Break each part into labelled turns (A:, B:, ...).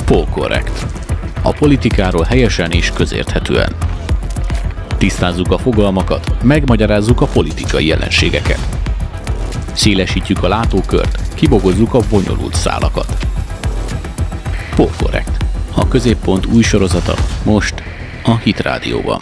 A: Polkorrekt. A politikáról helyesen és közérthetően. Tisztázzuk a fogalmakat, megmagyarázzuk a politikai jelenségeket. Szélesítjük a látókört, kibogozzuk a bonyolult szálakat. Polkorrekt. A Középpont új sorozata most a Hit Rádióban.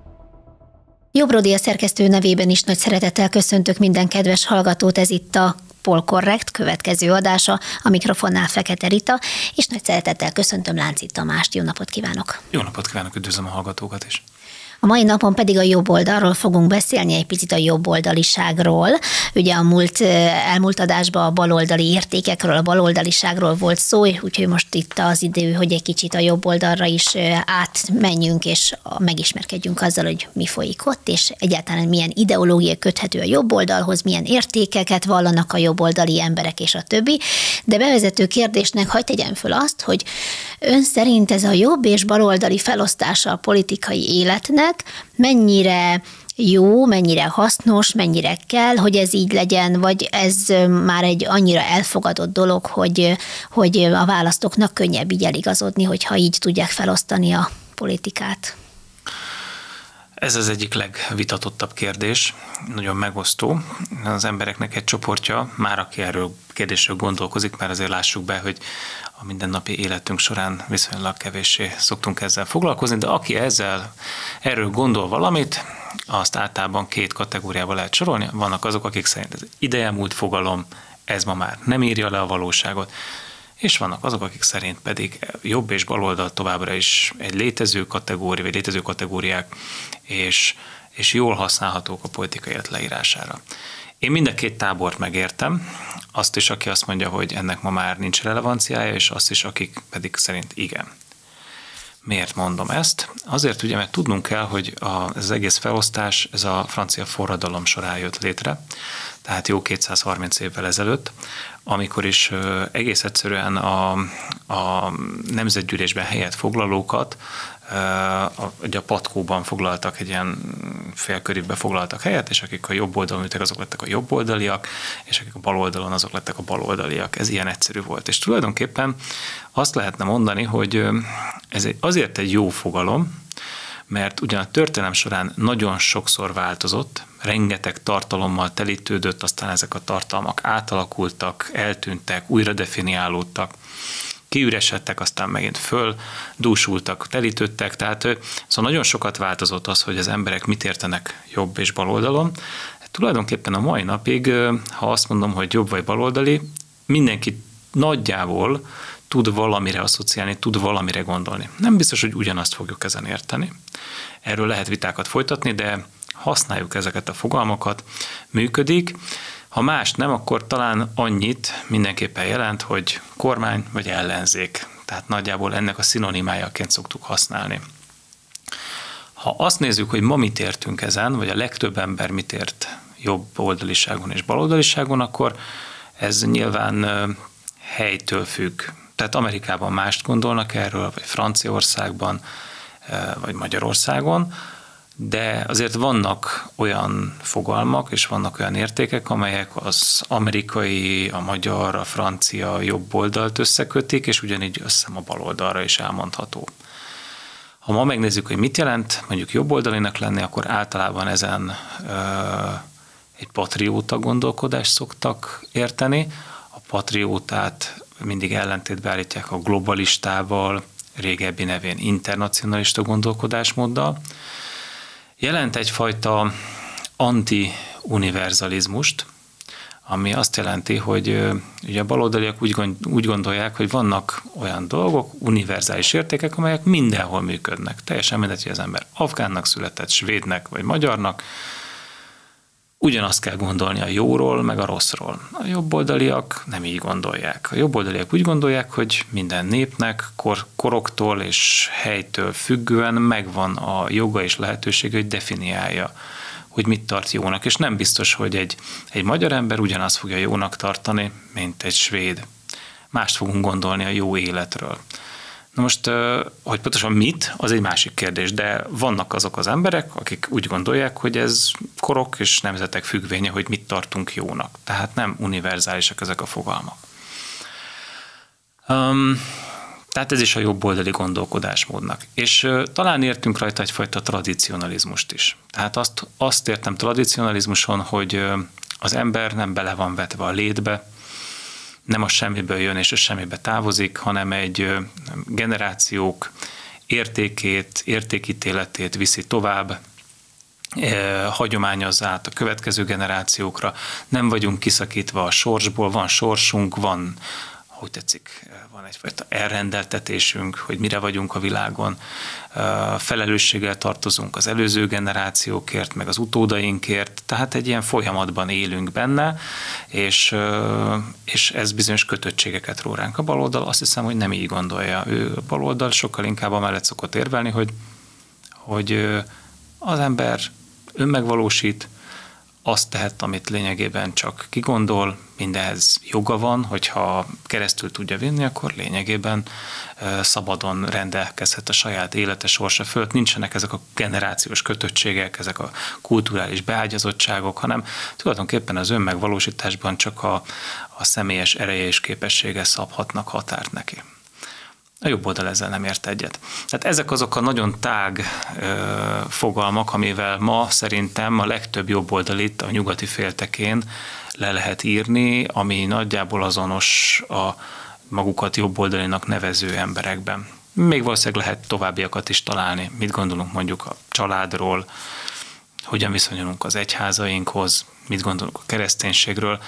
B: Jobbrodi a szerkesztő nevében is nagy szeretettel köszöntök minden kedves hallgatót, ez itt a Polkorrekt következő adása, a mikrofonnál Fekete Rita, és nagy szeretettel köszöntöm Lánci Tamást. Jó napot kívánok!
C: Jó napot kívánok, üdvözlöm a hallgatókat is!
B: A mai napon pedig a jobb oldalról fogunk beszélni, egy picit a jobboldaliságról. Ugye elmúlt adásban a baloldali értékekről, a baloldaliságról volt szó, úgyhogy most itt az idő, hogy egy kicsit a jobb oldalra is átmenjünk, és megismerkedjünk azzal, hogy mi folyik ott, és egyáltalán milyen ideológia köthető a jobb oldalhoz, milyen értékeket vallanak a jobboldali emberek, és a többi. De bevezető kérdésnek hadd tegyem föl azt, hogy ön szerint ez a jobb és baloldali felosztása a politikai életnek mennyire jó, mennyire hasznos, mennyire kell, hogy ez így legyen, vagy ez már egy annyira elfogadott dolog, hogy a választóknak könnyebb így eligazodni, hogyha így tudják felosztani a politikát?
C: Ez az egyik legvitatottabb kérdés, nagyon megosztó. Az embereknek egy csoportja, már aki erről kérdésről gondolkozik, már azért lássuk be, hogy a mindennapi életünk során viszonylag kevéssé szoktunk ezzel foglalkozni, de aki erről gondol valamit, azt általában két kategóriába lehet sorolni. Vannak azok, akik szerint ez idejemúlt fogalom, ez ma már nem írja le a valóságot, és vannak azok, akik szerint pedig jobb és baloldal továbbra is egy létező kategória, vagy létező kategóriák, és jól használhatók a politikai élet leírására. Én mind a két tábort megértem, azt is, aki azt mondja, hogy ennek ma már nincs relevanciája, és azt is, akik pedig szerint igen. Miért mondom ezt? Azért ugye, mert tudnunk kell, hogy ez az egész felosztás, ez a francia forradalom során jött létre, tehát jó 230 évvel ezelőtt, amikor is egész egyszerűen a nemzetgyűlésben helyet foglalókat, ugye a patkóban foglaltak, egy ilyen félkörükbe foglaltak helyet, és akik a jobb oldalon ültek, azok lettek a jobboldaliak, és akik a bal oldalon, azok lettek a baloldaliak. Ez ilyen egyszerű volt. És tulajdonképpen azt lehetne mondani, hogy ez azért egy jó fogalom, mert ugyan a történelem során nagyon sokszor változott, rengeteg tartalommal telítődött, aztán ezek a tartalmak átalakultak, eltűntek, újra definiálódtak, kiüresedtek, aztán megint földúsultak, telítődtek, tehát szóval nagyon sokat változott az, hogy az emberek mit értenek jobb és baloldalon. Tulajdonképpen a mai napig, ha azt mondom, hogy jobb vagy baloldali, mindenki nagyjából tud valamire asszociálni, tud valamire gondolni. Nem biztos, hogy ugyanazt fogjuk ezen érteni. Erről lehet vitákat folytatni, de használjuk ezeket a fogalmakat, működik. Ha más nem, akkor talán annyit mindenképpen jelent, hogy kormány vagy ellenzék. Tehát nagyjából ennek a szinonimájaként szoktuk használni. Ha azt nézzük, hogy ma mit értünk ezen, vagy a legtöbb ember mit ért jobb oldaliságon és baloldaliságon, akkor ez nyilván helytől függ. Tehát Amerikában mást gondolnak erről, vagy Franciaországban, vagy Magyarországon, de azért vannak olyan fogalmak, és vannak olyan értékek, amelyek az amerikai, a magyar, a francia jobb oldalt összekötik, és ugyanígy a bal oldalra is elmondható. Ha ma megnézzük, hogy mit jelent mondjuk jobb oldalinak lenni, akkor általában ezen egy patrióta gondolkodást szoktak érteni. A patriótát mindig ellentétbe állítják a globalistával, régebbi nevén internacionalista gondolkodásmóddal. Jelent egyfajta anti-univerzalizmust, ami azt jelenti, hogy ugye a baloldaliak úgy gondolják, hogy vannak olyan dolgok, univerzális értékek, amelyek mindenhol működnek. Teljesen mindegy, hogy az ember afgánnak született, svédnek vagy magyarnak, ugyanazt kell gondolni a jóról, meg a rosszról. A jobboldaliak nem így gondolják. A jobboldaliak úgy gondolják, hogy minden népnek koroktól és helytől függően megvan a joga és lehetősége, hogy definiálja, hogy mit tart jónak. És nem biztos, hogy egy magyar ember ugyanazt fogja jónak tartani, mint egy svéd. Mást fogunk gondolni a jó életről. Na most, hogy pontosan mit, az egy másik kérdés, de vannak azok az emberek, akik úgy gondolják, hogy ez korok és nemzetek függvénye, hogy mit tartunk jónak. Tehát nem univerzálisak ezek a fogalmak. Tehát ez is a jobboldali gondolkodásmódnak. És talán értünk rajta egyfajta tradicionalizmust is. Tehát azt értem tradicionalizmuson, hogy az ember nem bele van vetve a létbe, nem a semmiből jön és a semmibe távozik, hanem egy generációk értékét, értékítéletét viszi tovább, hagyományozza át a következő generációkra. Nem vagyunk kiszakítva a sorsból, van sorsunk, van, hogy tetszik, van egyfajta elrendeltetésünk, hogy mire vagyunk a világon. Felelősséggel tartozunk az előző generációkért, meg az utódainkért, tehát egy ilyen folyamatban élünk benne, és ez bizonyos kötöttségeket ró ránk. A baloldal azt hiszem, hogy nem így gondolja. A baloldal sokkal inkább amellett szokott érvelni, hogy az ember önmegvalósít, azt tehet, amit lényegében csak kigondol, mindenhez joga van, hogyha keresztül tudja vinni, akkor lényegében szabadon rendelkezhet a saját élete sorsa fölött. Nincsenek ezek a generációs kötöttségek, ezek a kulturális beágyazottságok, hanem tulajdonképpen az önmegvalósításban csak a személyes ereje és képessége szabhatnak határt neki. A jobb oldal ezzel nem ért egyet. Tehát ezek azok a nagyon tág fogalmak, amivel ma szerintem a legtöbb jobboldalit a nyugati féltekén le lehet írni, ami nagyjából azonos a magukat jobboldalinak nevező emberekben. Még valószínűleg lehet továbbiakat is találni. Mit gondolunk mondjuk a családról, hogyan viszonyulunk az egyházainkhoz, mit gondolunk a kereszténységről.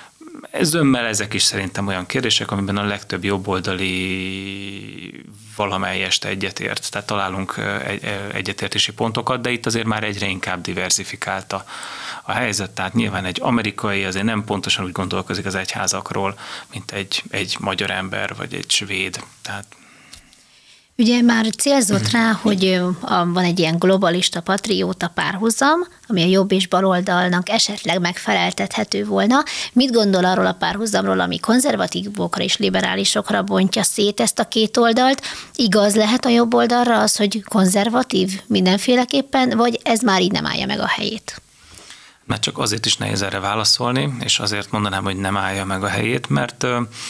C: Ezek is szerintem olyan kérdések, amiben a legtöbb jobboldali valamelyest egyetért. Tehát találunk egyetértési pontokat, de itt azért már egyre inkább diverzifikált a helyzet. Tehát nyilván egy amerikai azért nem pontosan úgy gondolkozik az egyházakról, mint egy magyar ember, vagy egy svéd. Tehát
B: ugye már célzott rá, hogy van egy ilyen globalista, patrióta párhuzam, ami a jobb és baloldalnak esetleg megfeleltethető volna. Mit gondol arról a párhuzamról, ami konzervatívokra és liberálisokra bontja szét ezt a két oldalt? Igaz lehet a jobb oldalra az, hogy konzervatív mindenféleképpen, vagy ez már így nem állja meg a helyét?
C: Mert csak azért is nehéz erre válaszolni, és azért mondanám, hogy nem állja meg a helyét, mert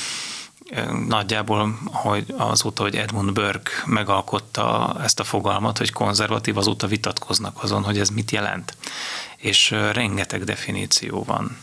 C: nagyjából, hogy azóta, hogy Edmund Burke megalkotta ezt a fogalmat, hogy konzervatív, azóta vitatkoznak azon, hogy ez mit jelent. És rengeteg definíció van.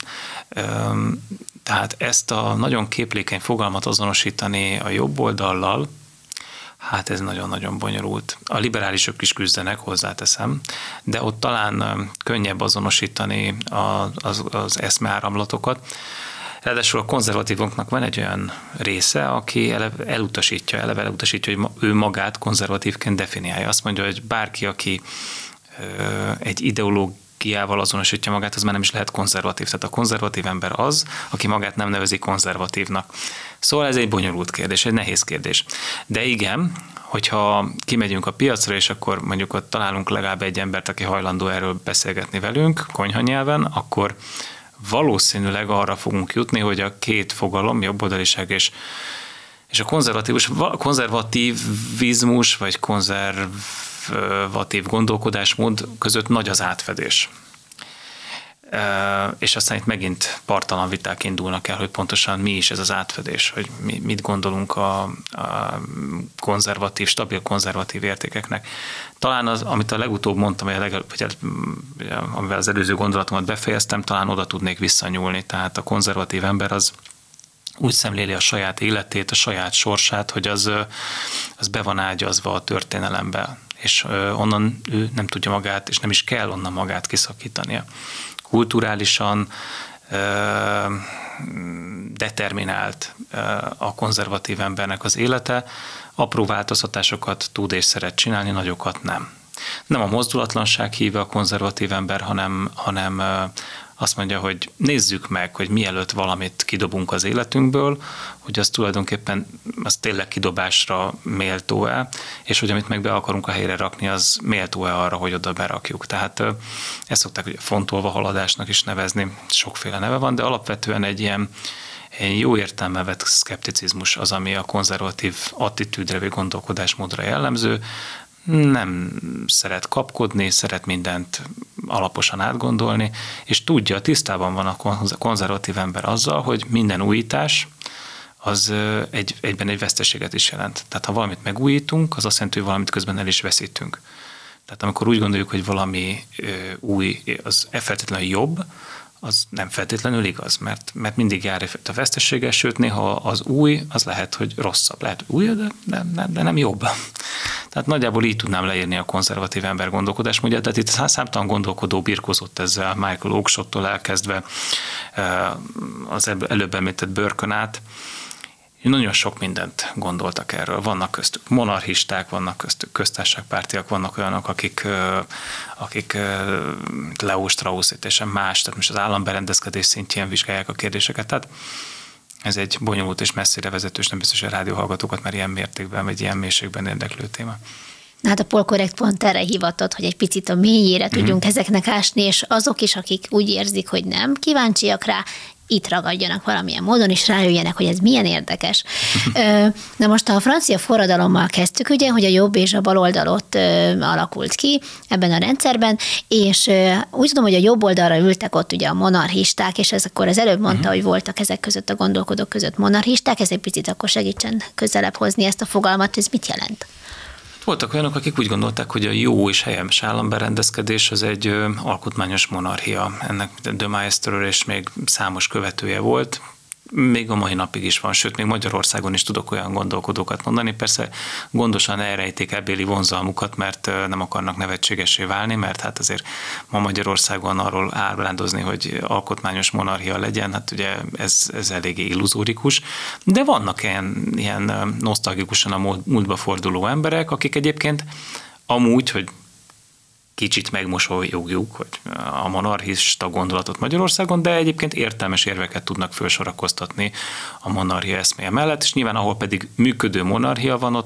C: Tehát ezt a nagyon képlékeny fogalmat azonosítani a jobb oldallal, hát ez nagyon-nagyon bonyolult. A liberálisok is küzdenek, hozzáteszem, de ott talán könnyebb azonosítani az eszmeáramlatokat. Ráadásul a konzervatívoknak van egy olyan része, aki eleve elutasítja, hogy ő magát konzervatívként definiálja. Azt mondja, hogy bárki, aki egy ideológiával azonosítja magát, az már nem is lehet konzervatív. Tehát a konzervatív ember az, aki magát nem nevezi konzervatívnak. Szóval ez egy bonyolult kérdés, egy nehéz kérdés. De igen, hogyha kimegyünk a piacra, és akkor mondjuk ott találunk legalább egy embert, aki hajlandó erről beszélgetni velünk konyhanyelven, akkor valószínűleg arra fogunk jutni, hogy a két fogalom, jobboldaliság és a konzervativizmus, vagy konzervatív gondolkodásmód között nagy az átfedés. És aztán itt megint parttalan viták indulnak el, hogy pontosan mi is ez az átfedés, hogy mit gondolunk a konzervatív, stabil konzervatív értékeknek. Talán az, amit a legutóbb mondtam, amivel az előző gondolatomat befejeztem, talán oda tudnék visszanyúlni. Tehát a konzervatív ember az úgy szemléli a saját életét, a saját sorsát, hogy az be van ágyazva a történelembe, és onnan ő nem tudja magát, és nem is kell onnan magát kiszakítania. Kulturálisan determinált a konzervatív embernek az élete, apró változtatásokat tud és szeret csinálni, nagyokat nem. Nem a mozdulatlanság híve a konzervatív ember, hanem azt mondja, hogy nézzük meg, hogy mielőtt valamit kidobunk az életünkből, hogy az tulajdonképpen az tényleg kidobásra méltó-e, és hogy amit meg be akarunk a helyre rakni, az méltó-e arra, hogy oda berakjuk. Tehát ezt szokták ugye fontolva haladásnak is nevezni, sokféle neve van, de alapvetően egy ilyen jó értelme vett szkepticizmus az, ami a konzervatív attitűdre vagy gondolkodásmódra jellemző. Nem szeret kapkodni, szeret mindent alaposan átgondolni, és tudja, tisztában van a konzervatív ember azzal, hogy minden újítás az egyben egy veszteséget is jelent. Tehát ha valamit megújítunk, az azt jelenti, hogy valamit közben el is veszítünk. Tehát amikor úgy gondoljuk, hogy valami új, az feltétlenül jobb, az nem feltétlenül igaz, mert mindig jár a veszteséggel, sőt néha az új, az lehet, hogy rosszabb. Lehet, hogy új, de nem jobb. Tehát nagyjából így tudnám leírni a konzervatív ember gondolkodásmódját. Tehát itt számtalan gondolkodó birkózott ezzel, Michael Oakeshottól elkezdve az előbb említett Burkeon át. Nagyon sok mindent gondoltak erről. Vannak köztük monarchisták, vannak köztük köztársaságpártiak, vannak olyanok, akik Leo Strauss-et és más, tehát most az államberendezkedés szintjén vizsgálják a kérdéseket. Tehát ez egy bonyolult és messzire vezető, és nem biztos, hogy a rádióhallgatókat már ilyen mértékben, vagy ilyen mélységben érdeklő téma.
B: Hát a Polkorrekt pont erre hivatott, hogy egy picit a mélyére tudjunk ezeknek ásni, és azok is, akik úgy érzik, hogy nem kíváncsiak rá, itt ragadjanak valamilyen módon, és rájöjjenek, hogy ez milyen érdekes. Na most a francia forradalommal kezdtük, ugye, hogy a jobb és a bal oldal ott alakult ki ebben a rendszerben, és úgy tudom, hogy a jobb oldalra ültek ott ugye a monarchisták, és ez akkor az előbb mondta, hogy voltak ezek között a gondolkodók között monarchisták, ez egy picit akkor segítsen közelebb hozni ezt a fogalmat, ez mit jelent?
C: Voltak olyanok, akik úgy gondolták, hogy a jó és helyes államberendezkedés az egy alkotmányos monarchia. Ennek de Maistre és még számos követője volt. Még a mai napig is van, sőt, még Magyarországon is tudok olyan gondolkodókat mondani. Persze gondosan elrejtik ebbéli vonzalmukat, mert nem akarnak nevetségessé válni, mert hát azért ma Magyarországon arról ábrándozni, hogy alkotmányos monarchia legyen, hát ugye ez eléggé illuzórikus. De vannak ilyen nosztalgikusan a múltba forduló emberek, akik egyébként amúgy, hogy kicsit megmosolyogjuk, hogy a monarchista gondolatot Magyarországon, de egyébként értelmes érveket tudnak felsorakoztatni a monarchia eszméje mellett, és nyilván ahol pedig működő monarchia van,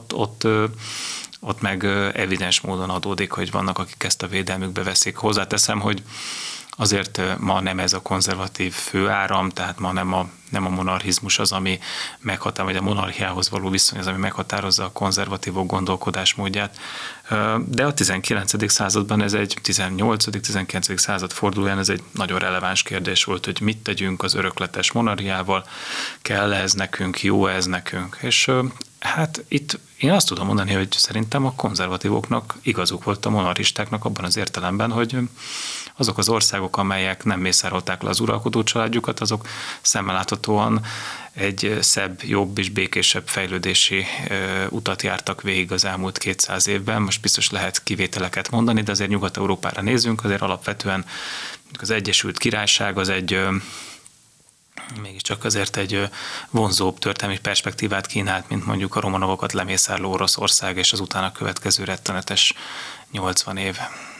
C: ott meg evidens módon adódik, hogy vannak, akik ezt a védelmükbe veszik. Hozzáteszem, hogy azért ma nem ez a konzervatív főáram, tehát ma nem a monarchizmus az, ami meghatározza, vagy a monarchiához való viszony az, ami meghatározza a konzervatívok gondolkodásmódját. De a 19. században ez egy 18.-19. század fordulóján ez egy nagyon releváns kérdés volt, hogy mit tegyünk az örökletes monarchiával, kell ez nekünk, jó ez nekünk. És hát itt én azt tudom mondani, hogy szerintem a konzervatívoknak igazuk volt a monarchistáknak abban az értelemben, hogy azok az országok, amelyek nem mészárolták le az uralkodó családjukat, azok szemmel láthatóan egy szebb, jobb és békésebb fejlődési utat jártak végig az elmúlt 200 évben. Most biztos lehet kivételeket mondani, de azért Nyugat-Európára nézünk, azért alapvetően az Egyesült Királyság az egy mégiscsak azért egy vonzóbb történelmi perspektívát kínált, mint mondjuk a romanovokat lemészárló Oroszország és az utána következő rettenetes 80 év.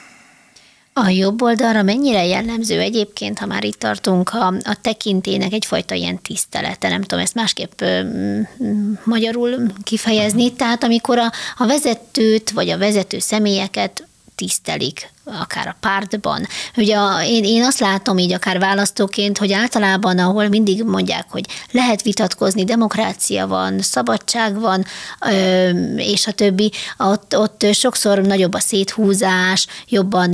B: A jobb oldalra mennyire jellemző egyébként, ha már itt tartunk, a tekintélynek egyfajta ilyen tisztelete, nem tudom ezt másképp magyarul kifejezni, tehát amikor a vezetőt vagy a vezető személyeket tisztelik, akár a pártban. Ugye én azt látom így akár választóként, hogy általában, ahol mindig mondják, hogy lehet vitatkozni, demokrácia van, szabadság van, és a többi, ott sokszor nagyobb a széthúzás, jobban,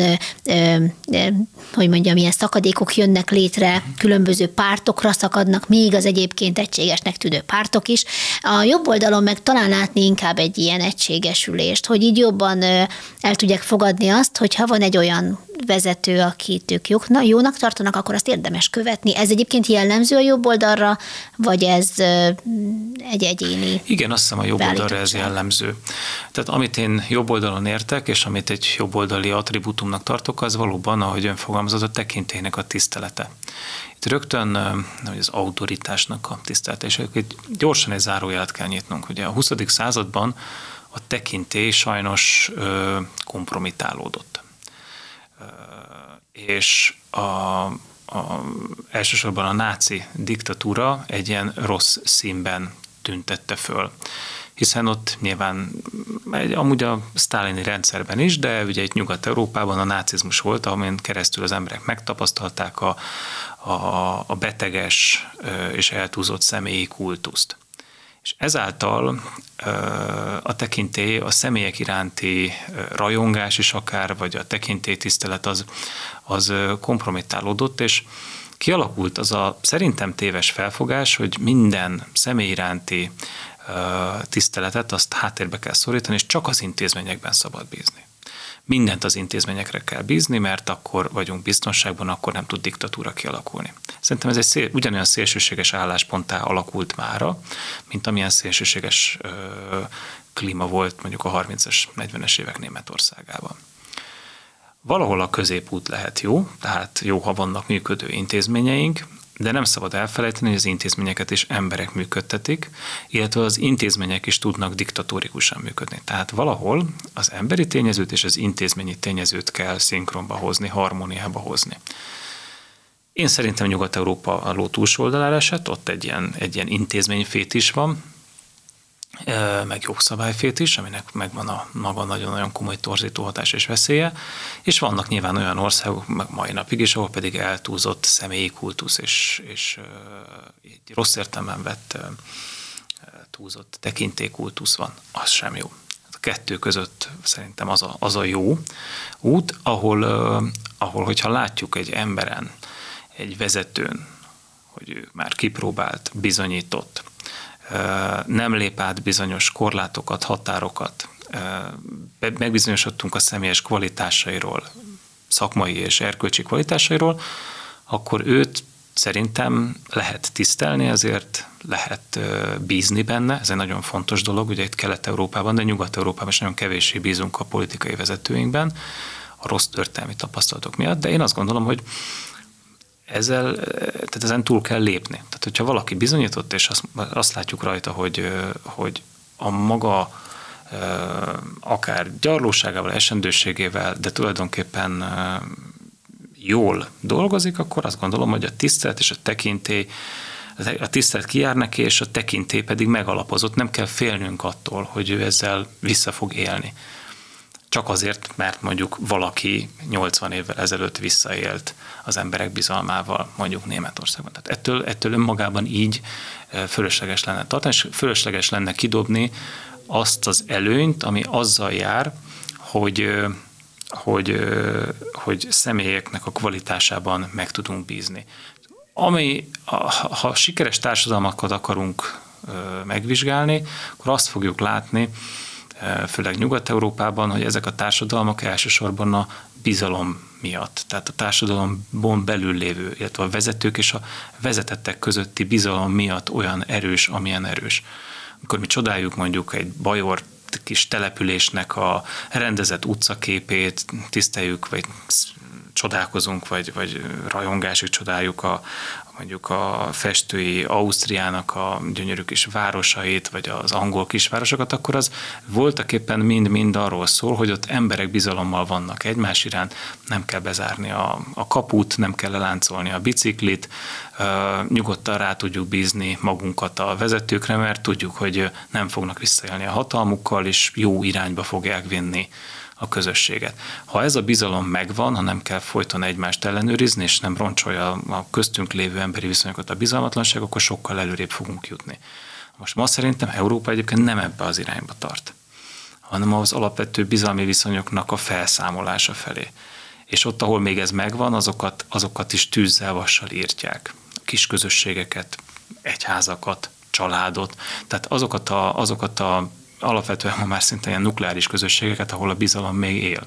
B: hogy mondjam, ilyen szakadékok jönnek létre, különböző pártokra szakadnak, még az egyébként egységesnek tűnő pártok is. A jobb oldalon meg talán látni inkább egy ilyen egységesülést, hogy így jobban el tudják fogadni azt, hogyha van egy olyan vezető, akit ők jónak tartanak, akkor azt érdemes követni. Ez egyébként jellemző a jobb oldalra, vagy ez egy egyéni?
C: Igen, azt hiszem a jobb oldalra ez jellemző. Tehát amit én jobb oldalon értek, és amit egy jobb oldali attribútumnak tartok, az valóban, ahogy ön fogalmazott, a tekintélynek a tisztelete. Itt rögtön az autoritásnak a tisztelete, és gyorsan egy zárójelet kell nyitnunk. Ugye a 20. században a tekintély sajnos kompromitálódott. És elsősorban a náci diktatúra egy ilyen rossz színben tüntette föl. Hiszen ott nyilván amúgy a sztálini rendszerben is, de ugye itt Nyugat-Európában a nácizmus volt, amin keresztül az emberek megtapasztalták a beteges és eltúzott személyi kultuszt. És ezáltal a tekintély, a személyek iránti rajongás is akár, vagy a tekintélytisztelet az kompromittálódott, és kialakult az a szerintem téves felfogás, hogy minden személy iránti tiszteletet azt háttérbe kell szorítani, és csak az intézményekben szabad bízni. Mindent az intézményekre kell bízni, mert akkor vagyunk biztonságban, akkor nem tud diktatúra kialakulni. Szerintem ez egy ugyanolyan szélsőséges állásponttá alakult mára, mint amilyen szélsőséges klíma volt mondjuk a 30-es, 40-es évek Németországában. Valahol a középút lehet jó, tehát jó, ha vannak működő intézményeink, de nem szabad elfelejteni, hogy az intézményeket is emberek működtetik, illetve az intézmények is tudnak diktatórikusan működni. Tehát valahol az emberi tényezőt és az intézményi tényezőt kell szinkronba hozni, harmóniába hozni. Én szerintem Nyugat-Európa a ló túlsó oldalára esett, ott egy ilyen intézményfét is van, meg jogszabályfét is, aminek megvan a maga nagyon-nagyon komoly torzító hatás és veszélye, és vannak nyilván olyan országok, mai napig is, ahol pedig eltúlzott személyi kultusz és egy rossz értelemben vett túlzott tekintélykultusz van, az sem jó. A kettő között szerintem az a jó út, ahol hogyha látjuk egy emberen, egy vezetőn, hogy ő már kipróbált, bizonyított, nem lép át bizonyos korlátokat, határokat, megbizonyosodtunk a személyes kvalitásairól, szakmai és erkölcsi kvalitásairól, akkor őt szerintem lehet tisztelni, azért lehet bízni benne, ez egy nagyon fontos dolog, ugye itt Kelet-Európában, de Nyugat-Európában is nagyon kevéssé bízunk a politikai vezetőinkben, a rossz történelmi tapasztalatok miatt, de én azt gondolom, hogy ezen túl kell lépni. Tehát, hogyha valaki bizonyított, és azt látjuk rajta, hogy a maga akár gyarlóságával, esendőségével, de tulajdonképpen jól dolgozik, akkor azt gondolom, hogy a tisztelet és a tekintély, a tisztelet kijár neki, és a tekintély pedig megalapozott. Nem kell félnünk attól, hogy ő ezzel vissza fog élni. Csak azért, mert mondjuk valaki 80 évvel ezelőtt visszaélt az emberek bizalmával, mondjuk Németországban. Tehát ettől önmagában így fölösleges lenne tartani, és fölösleges lenne kidobni azt az előnyt, ami azzal jár, hogy személyeknek a kvalitásában meg tudunk bízni. Ha sikeres társadalmakat akarunk megvizsgálni, akkor azt fogjuk látni, főleg Nyugat-Európában, hogy ezek a társadalmak elsősorban a bizalom miatt, tehát a társadalomban belül lévő, illetve a vezetők és a vezetettek közötti bizalom miatt olyan erős, amilyen erős. Amikor mi csodáljuk mondjuk egy bajor kis településnek a rendezett utcaképét, tiszteljük, vagy csodálkozunk, vagy rajongásig csodáljuk mondjuk a festői Ausztriának a gyönyörű kis városait, vagy az angol kisvárosokat, akkor az voltaképpen mind arról szól, hogy ott emberek bizalommal vannak egymás iránt, nem kell bezárni a kaput, nem kell leláncolni a biciklit, nyugodtan rá tudjuk bízni magunkat a vezetőkre, mert tudjuk, hogy nem fognak visszaélni a hatalmukkal, és jó irányba fogják vinni a közösséget. Ha ez a bizalom megvan, ha nem kell folyton egymást ellenőrizni, és nem roncsolja a köztünk lévő emberi viszonyokat a bizalmatlanság, akkor sokkal előrébb fogunk jutni. Most ma szerintem Európa egyébként nem ebbe az irányba tart, hanem az alapvető bizalmi viszonyoknak a felszámolása felé. És ott, ahol még ez megvan, azokat is tűzzel, vassal írtják. Kis közösségeket, egyházakat, családot, tehát azokat a alapvetően ma már szinte ilyen nukleáris közösségeket, ahol a bizalom még él.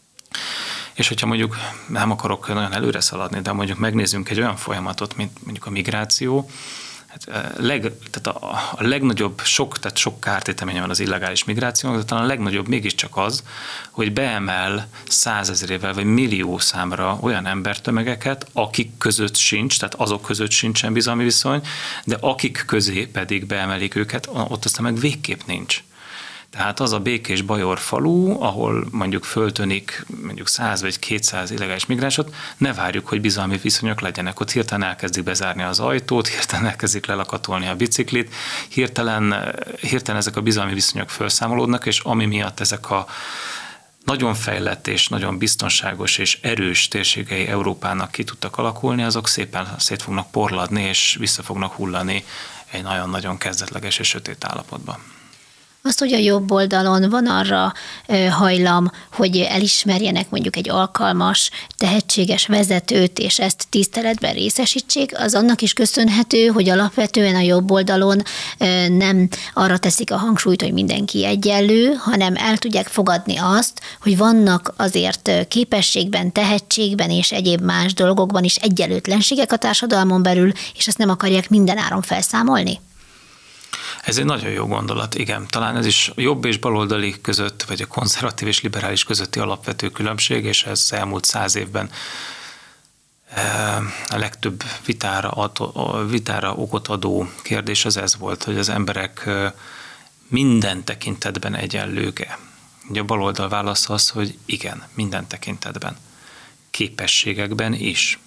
C: És hogyha mondjuk nem akarok nagyon előre szaladni, de mondjuk megnézzünk egy olyan folyamatot, mint mondjuk a migráció, tehát a legnagyobb sok kártéteménye van az illegális migrációnak, de talán a legnagyobb mégiscsak az, hogy beemel 100 000-ével vagy millió számra olyan embertömegeket, akik között sincs, tehát azok között sincsen bizalmi viszony, de akik közé pedig beemelik őket, ott aztán meg végképp nincs. Tehát az a békés bajor falu, ahol mondjuk föltönik mondjuk 100 vagy 200 illegális migránsot, ne várjuk, hogy bizalmi viszonyok legyenek. Ott hirtelen elkezdik bezárni az ajtót, hirtelen elkezdik lelakatolni a biciklit, hirtelen ezek a bizalmi viszonyok felszámolódnak, és ami miatt ezek a nagyon fejlett és nagyon biztonságos és erős térségei Európának ki tudtak alakulni, azok szépen szét fognak porladni, és vissza fognak hullani egy nagyon-nagyon kezdetleges és sötét állapotba.
B: Azt, hogy a jobb oldalon van arra hajlam, hogy elismerjenek mondjuk egy alkalmas, tehetséges vezetőt, és ezt tiszteletben részesítsék, az annak is köszönhető, hogy alapvetően a jobb oldalon nem arra teszik a hangsúlyt, hogy mindenki egyenlő, hanem el tudják fogadni azt, hogy vannak azért képességben, tehetségben és egyéb más dolgokban is egyenlőtlenségek a társadalmon belül, és ezt nem akarják mindenáron felszámolni?
C: Ez egy nagyon jó gondolat, igen. Talán ez is jobb és baloldali között, vagy a konzervatív és liberális közötti alapvető különbség, és ez elmúlt 100 évben a legtöbb vitára okot adó kérdés az ez volt, hogy az emberek minden tekintetben egyenlők-e. Ugye a baloldal válasz az, hogy igen, minden tekintetben. Képességekben is.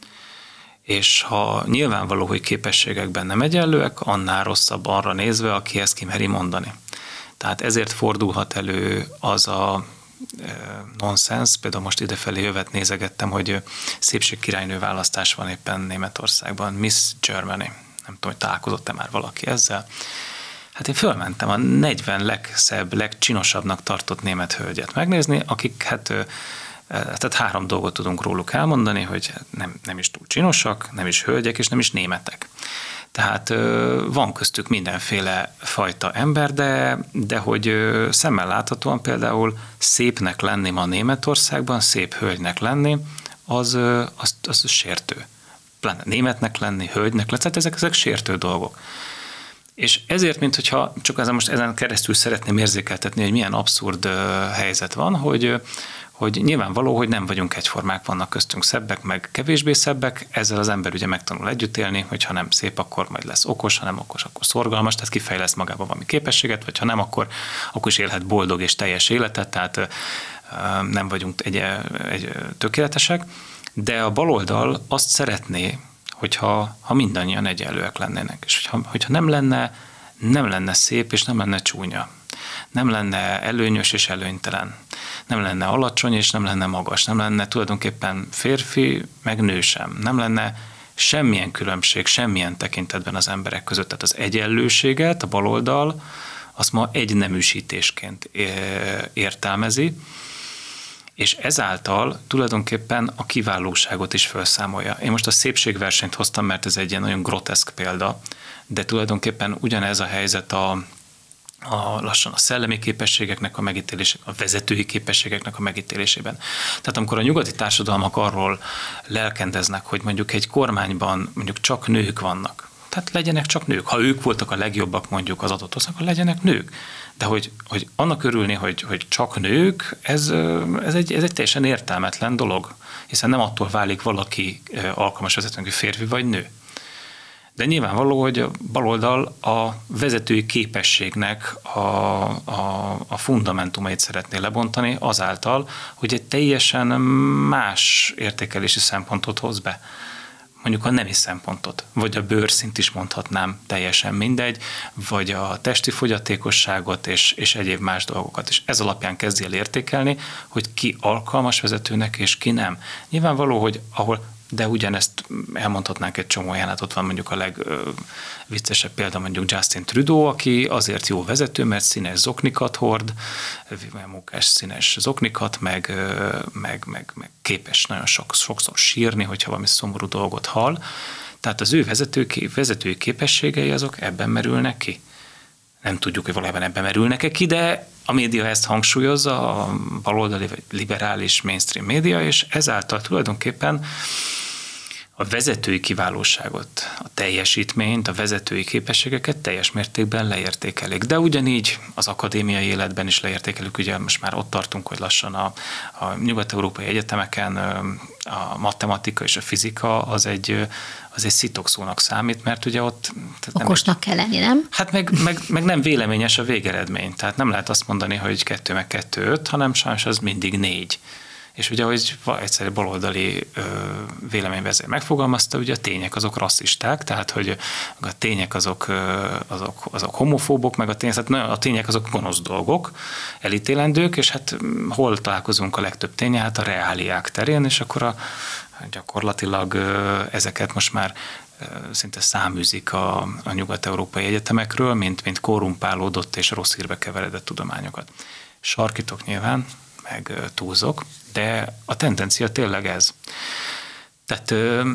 C: És ha nyilvánvaló, hogy képességekben nem egyenlőek, annál rosszabb arra nézve, aki ezt kimeri mondani. Tehát ezért fordulhat elő az a nonsens, például most idefelé jövet nézegettem, hogy szépségkirálynő választás van éppen Németországban, Miss Germany. Nem tudom, hogy találkozott-e már valaki ezzel. Hát én fölmentem a 40 legszebb, legcsinosabbnak tartott német hölgyet megnézni, akik tehát 3 dolgot tudunk róluk elmondani, hogy nem is túl csinosak, nem is hölgyek, és nem is németek. Tehát van köztük mindenféle fajta ember, de hogy szemmel láthatóan például szépnek lenni ma Németországban, szép hölgynek lenni, az sértő. Pláne németnek lenni, hölgynek lenni, tehát ezek sértő dolgok. És ezért, minthogyha csak most ezen keresztül szeretném érzékeltetni, hogy milyen abszurd helyzet van, hogy nyilvánvaló, hogy nem vagyunk egyformák, vannak köztünk szebbek, meg kevésbé szebbek, ezzel az ember ugye megtanul együtt élni, hogyha nem szép, akkor majd lesz okos, ha nem okos, akkor szorgalmas, tehát kifejlesz magába valami képességet, vagy ha nem, akkor is élhet boldog és teljes életet, tehát nem vagyunk egy tökéletesek, de a baloldal azt szeretné, hogyha mindannyian egyenlőek lennének, és hogyha nem lenne szép, és nem lenne csúnya, nem lenne előnyös és előnytelen, nem lenne alacsony és nem lenne magas, nem lenne tulajdonképpen férfi, meg nő sem, nem lenne semmilyen különbség, semmilyen tekintetben az emberek között. Tehát az egyenlőséget a baloldal azt ma egyneműsítésként értelmezi, és ezáltal tulajdonképpen a kiválóságot is felszámolja. Én most a szépségversenyt hoztam, mert ez egy ilyen nagyon groteszk példa, de tulajdonképpen ugyanez a helyzet lassan a szellemi képességeknek a megítélésében, a vezetői képességeknek a megítélésében. Tehát amikor a nyugati társadalmak arról lelkendeznek, hogy mondjuk egy kormányban mondjuk csak nők vannak, tehát legyenek csak nők. Ha ők voltak a legjobbak mondjuk az adott országban, legyenek nők. De hogy annak örülni, hogy csak nők, ez egy teljesen értelmetlen dolog, hiszen nem attól válik valaki alkalmas vezetőnek, hogy férfi vagy nő. De nyilvánvaló, hogy a baloldal a vezetői képességnek a fundamentumait szeretné lebontani azáltal, hogy egy teljesen más értékelési szempontot hoz be. Mondjuk a nemi szempontot, vagy a bőrszint is mondhatnám, teljesen mindegy, vagy a testi fogyatékosságot és egyéb más dolgokat. És ez alapján kezdi el értékelni, hogy ki alkalmas vezetőnek és ki nem. Nyilvánvaló, hogy de ugyanezt elmondhatnánk egy csomó helyen, ott van mondjuk a legviccesebb példa mondjuk Justin Trudeau, aki azért jó vezető, mert színes zoknikat hord, munkás színes zoknikat, meg képes nagyon sokszor sírni, hogyha valami szomorú dolgot hall. Tehát az ő vezetői képességei azok ebben merülnek ki. Nem tudjuk, hogy valójában ebben merülnek-e ki, de a média ezt hangsúlyozza, a baloldali vagy liberális mainstream média, és ezáltal tulajdonképpen a vezetői kiválóságot, a teljesítményt, a vezetői képességeket teljes mértékben leértékelik. De ugyanígy az akadémiai életben is leértékelik, ugye most már ott tartunk, hogy lassan a nyugat-európai egyetemeken a matematika és a fizika az egy szitokszónak számít, mert ugye ott...
B: Okosnak kell lenni, nem?
C: Hát meg nem véleményes a végeredmény. Tehát nem lehet azt mondani, hogy 2 meg 2 5, hanem sajnos az mindig 4. És ugye, ahogy egyszerű baloldali véleményvezér megfogalmazta, ugye a tények azok rasszisták, tehát hogy a tények azok homofóbok, meg a tények azok gonosz dolgok, elítélendők, és hát hol találkozunk a legtöbb ténye? Hát a reáliák terén, és akkor gyakorlatilag ezeket most már szinte száműzik a nyugat-európai egyetemekről, mint korrumpálódott és rossz hírbe keveredett tudományokat. Sarkítok nyilván, meg túlzok, de a tendencia tényleg ez. Tehát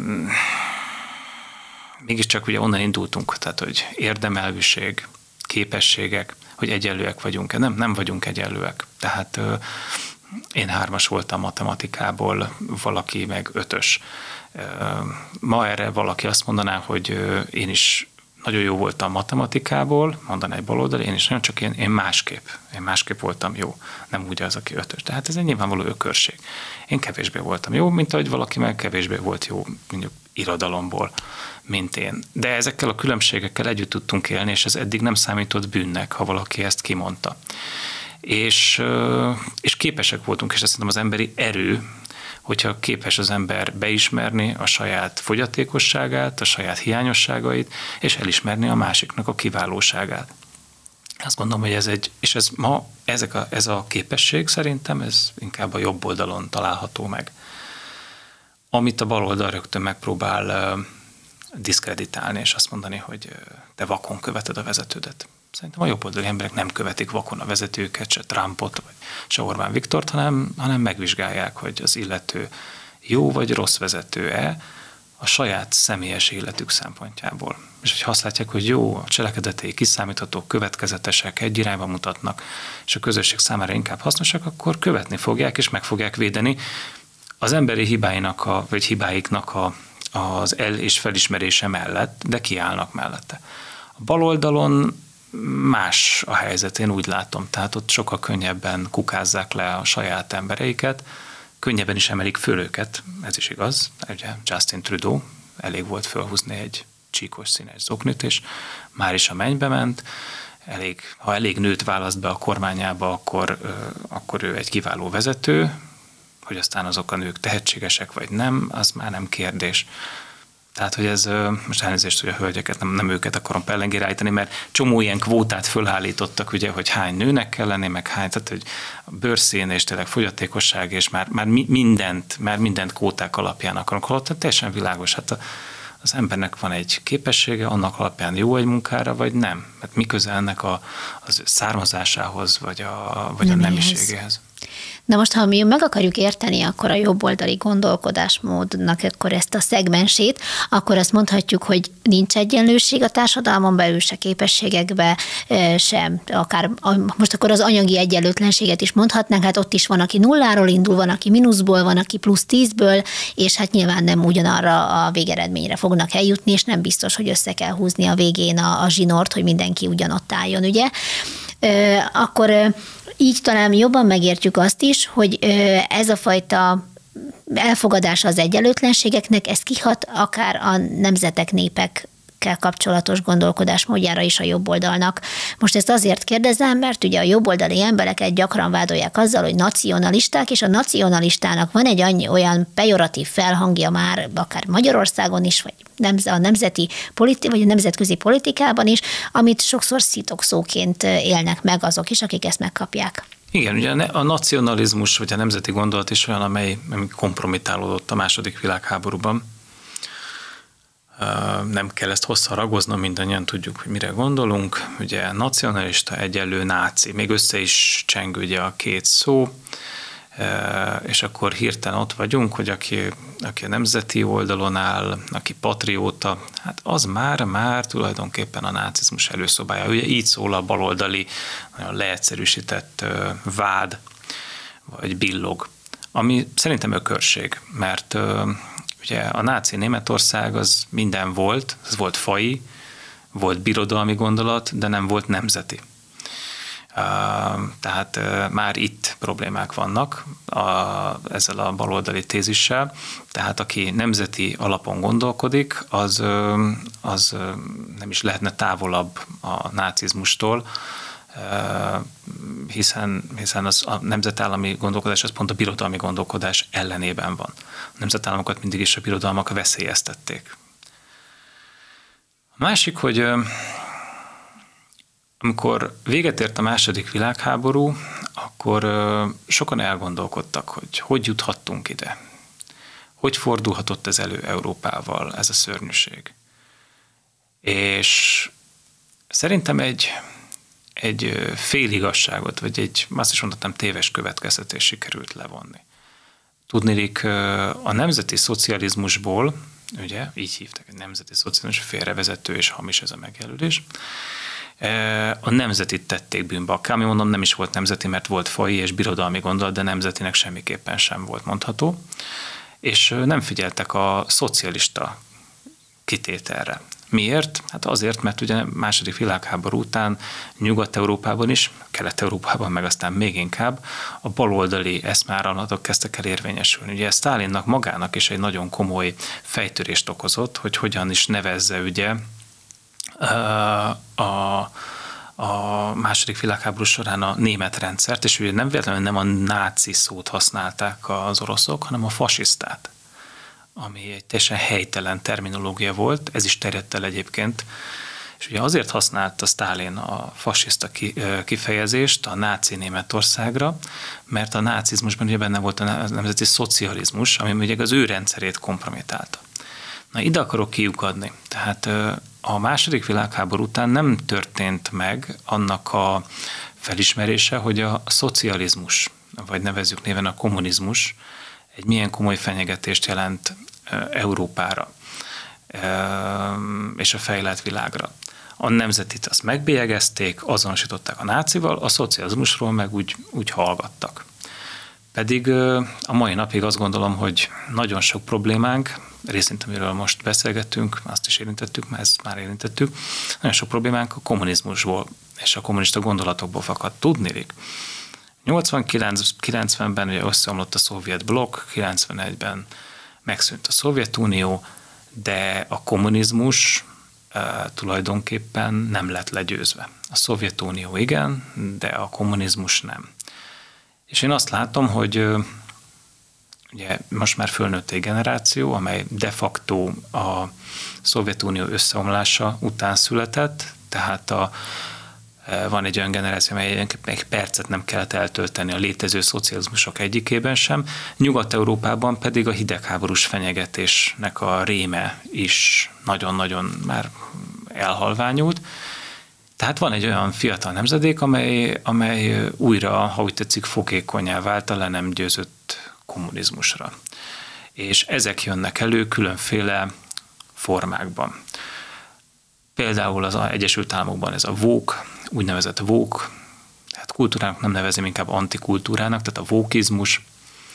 C: mégiscsak ugye onnan indultunk, tehát hogy érdemelvűség, képességek, hogy egyenlőek vagyunk-e. Nem vagyunk egyenlőek. Tehát én 3-as voltam matematikából, valaki meg 5-ös. Ma erre valaki azt mondaná, hogy én is nagyon jó voltam matematikából, mondaná egy baloldali, én is nagyon, csak én másképp voltam jó, nem úgy az, aki 5-ös. Tehát ez egy nyilvánvaló ökörség. Én kevésbé voltam jó, mint ahogy valaki meg kevésbé volt jó, mondjuk irodalomból, mint én. De ezekkel a különbségekkel együtt tudtunk élni, és ez eddig nem számított bűnnek, ha valaki ezt kimondta. És képesek voltunk, és ezt szerintem az emberi erő, hogyha képes az ember beismerni a saját fogyatékosságát, a saját hiányosságait, és elismerni a másiknak a kiválóságát. Azt gondolom, hogy ez a képesség szerintem, ez inkább a jobb oldalon található meg. Amit a bal oldal rögtön megpróbál diszkreditálni, és azt mondani, hogy te vakon követed a vezetődet. Szerintem a jobboldali emberek nem követik vakon a vezetőket, se Trumpot, vagy se Orbán Viktort, hanem megvizsgálják, hogy az illető jó vagy rossz vezető-e a saját személyes életük szempontjából. És hogyha azt látják, hogy jó, a cselekedetei kiszámíthatók, következetesek, egy irányba mutatnak, és a közösség számára inkább hasznosak, akkor követni fogják, és meg fogják védeni az emberi hibáiknak az el- és felismerése mellett, de kiállnak mellette. A bal oldalon más a helyzet, én úgy látom. Tehát ott sokkal könnyebben kukázzák le a saját embereiket, könnyebben is emelik föl őket, ez is igaz. Ugye Justin Trudeau, elég volt fölhúzni egy csíkos színes zoknit, és már is a mennybe ment. Ha elég nőt választ be a kormányába, akkor ő egy kiváló vezető, hogy aztán azok a nők tehetségesek vagy nem, az már nem kérdés. Tehát, hogy ez, most elnézést, hogy a hölgyeket, nem őket akarom pellengére állítani, mert csomó ilyen kvótát fölállítottak, ugye, hogy hány nőnek kell lenni, meg hány, tehát, hogy bőrszín és tényleg fogyatékosság, és már mindent kvóták alapján akarunk hallani, tehát teljesen világos. Hát az embernek van egy képessége, annak alapján jó egy munkára, vagy nem. Mert mi köze ennek az származásához, vagy a nemiségéhez.
B: Na most, ha mi meg akarjuk érteni akkor a jobboldali gondolkodásmódnak akkor ezt a szegmensét, akkor azt mondhatjuk, hogy nincs egyenlőség a társadalmon belül, se képességekbe, sem akár most akkor az anyagi egyenlőtlenséget is mondhatnánk, hát ott is van, aki nulláról indul, van, aki mínuszból, van, aki plusz 10-ből, és hát nyilván nem ugyanarra a végeredményre fognak eljutni, és nem biztos, hogy össze kell húzni a végén a zsinort, hogy mindenki ugyanott álljon, ugye? Akkor így talán jobban megértjük azt is, hogy ez a fajta elfogadása az egyenlőtlenségeknek, ez kihat akár a nemzetek, népekkel kapcsolatos gondolkodásmódjára is a jobb oldalnak. Most ezt azért kérdezem, mert ugye a jobboldali embereket gyakran vádolják azzal, hogy nacionalisták, és a nacionalistának van egy olyan pejoratív felhangja már akár Magyarországon is, vagy a nemzeti vagy a nemzetközi politikában is, amit sokszor szitokszóként élnek meg azok is, akik ezt megkapják.
C: Igen, ugye a nacionalizmus vagy a nemzeti gondolat is olyan, amely kompromitálódott a II. Világháborúban. Nem kell ezt hosszan ragoznom, mindannyian tudjuk, hogy mire gondolunk. Ugye nacionalista egyenlő náci, még össze is cseng ugye a két szó, és akkor hirtelen ott vagyunk, hogy aki a nemzeti oldalon áll, aki patrióta, hát az már tulajdonképpen a nácizmus előszobája. Ugye így szól a baloldali, nagyon leegyszerűsített vád, vagy billog, ami szerintem ökörség, mert ugye a náci Németország az minden volt, ez volt faji, volt birodalmi gondolat, de nem volt nemzeti. Tehát már itt problémák vannak ezzel a baloldali tézissel, tehát aki nemzeti alapon gondolkodik, az nem is lehetne távolabb a nácizmustól, hiszen a nemzetállami gondolkodás az pont a birodalmi gondolkodás ellenében van. A nemzetállamokat mindig is a birodalmak veszélyeztették. A másik, hogy amikor véget ért a II. Világháború, akkor sokan elgondolkodtak, hogy juthattunk ide. Hogy fordulhatott ez elő Európával, ez a szörnyűség. És szerintem egy féligasságot, vagy azt is mondhatnám, téves következtetést sikerült levonni. Tudniillik, a nemzeti szocializmusból, ugye, így hívták, egy nemzeti szocializmus, félrevezető és hamis ez a megjelölés, a nemzetit tették bűnbe. Ami mondom, nem is volt nemzeti, mert volt faji és birodalmi gondolat, de nemzetinek semmiképpen sem volt mondható. És nem figyeltek a szocialista kitételre. Miért? Hát azért, mert ugye II. Világháború után Nyugat-Európában is, Kelet-Európában meg aztán még inkább a baloldali eszmeáramlatok kezdtek el érvényesülni. Ugye Sztálinnak magának is egy nagyon komoly fejtörést okozott, hogy hogyan is nevezze ugye a II. Világháború során a német rendszert, és ugye nem véletlenül nem a náci szót használták az oroszok, hanem a fasisztát, ami egy teljesen helytelen terminológia volt, ez is terjedt el egyébként, és ugye azért használta Sztálin a fasiszta kifejezést a náci Németországra, mert a nácizmusban ugye benne volt a nemzeti szocializmus, ami ugye az ő rendszerét kompromitálta. Na, ide akarok kiukadni. Tehát a II. Világháború után nem történt meg annak a felismerése, hogy a szocializmus, vagy nevezzük néven a kommunizmus, egy milyen komoly fenyegetést jelent Európára és a fejlett világra. A nemzetit azt megbélyegezték, azonosították a nácival, a szocializmusról meg úgy hallgattak. Pedig a mai napig azt gondolom, hogy nagyon sok problémánk, részint amiről most beszélgettünk, azt is érintettük, mert ezt már érintettük, nagyon sok problémánk a kommunizmusból és a kommunista gondolatokból fakadt. Tudniillik. 89-90-ben ugye összeomlott a szovjet blokk, 91-ben megszűnt a Szovjetunió, de a kommunizmus tulajdonképpen nem lett legyőzve. A Szovjetunió igen, de a kommunizmus nem. És én azt látom, hogy ugye most már fölnőtt egy generáció, amely de facto a Szovjetunió összeomlása után született, tehát van egy olyan generáció, amely egy percet nem kellett eltölteni a létező szocializmusok egyikében sem. Nyugat-Európában pedig a hidegháborús fenyegetésnek a réme is nagyon-nagyon már elhalványult. Tehát van egy olyan fiatal nemzedék, amely újra, ha úgy tetszik, fogékonyá vált a le nem győzött kommunizmusra. És ezek jönnek elő különféle formákban. Például az Egyesült Államokban ez a woke, úgynevezett woke, tehát kultúrának nem nevezem, inkább antikultúrának, tehát a wokeizmus,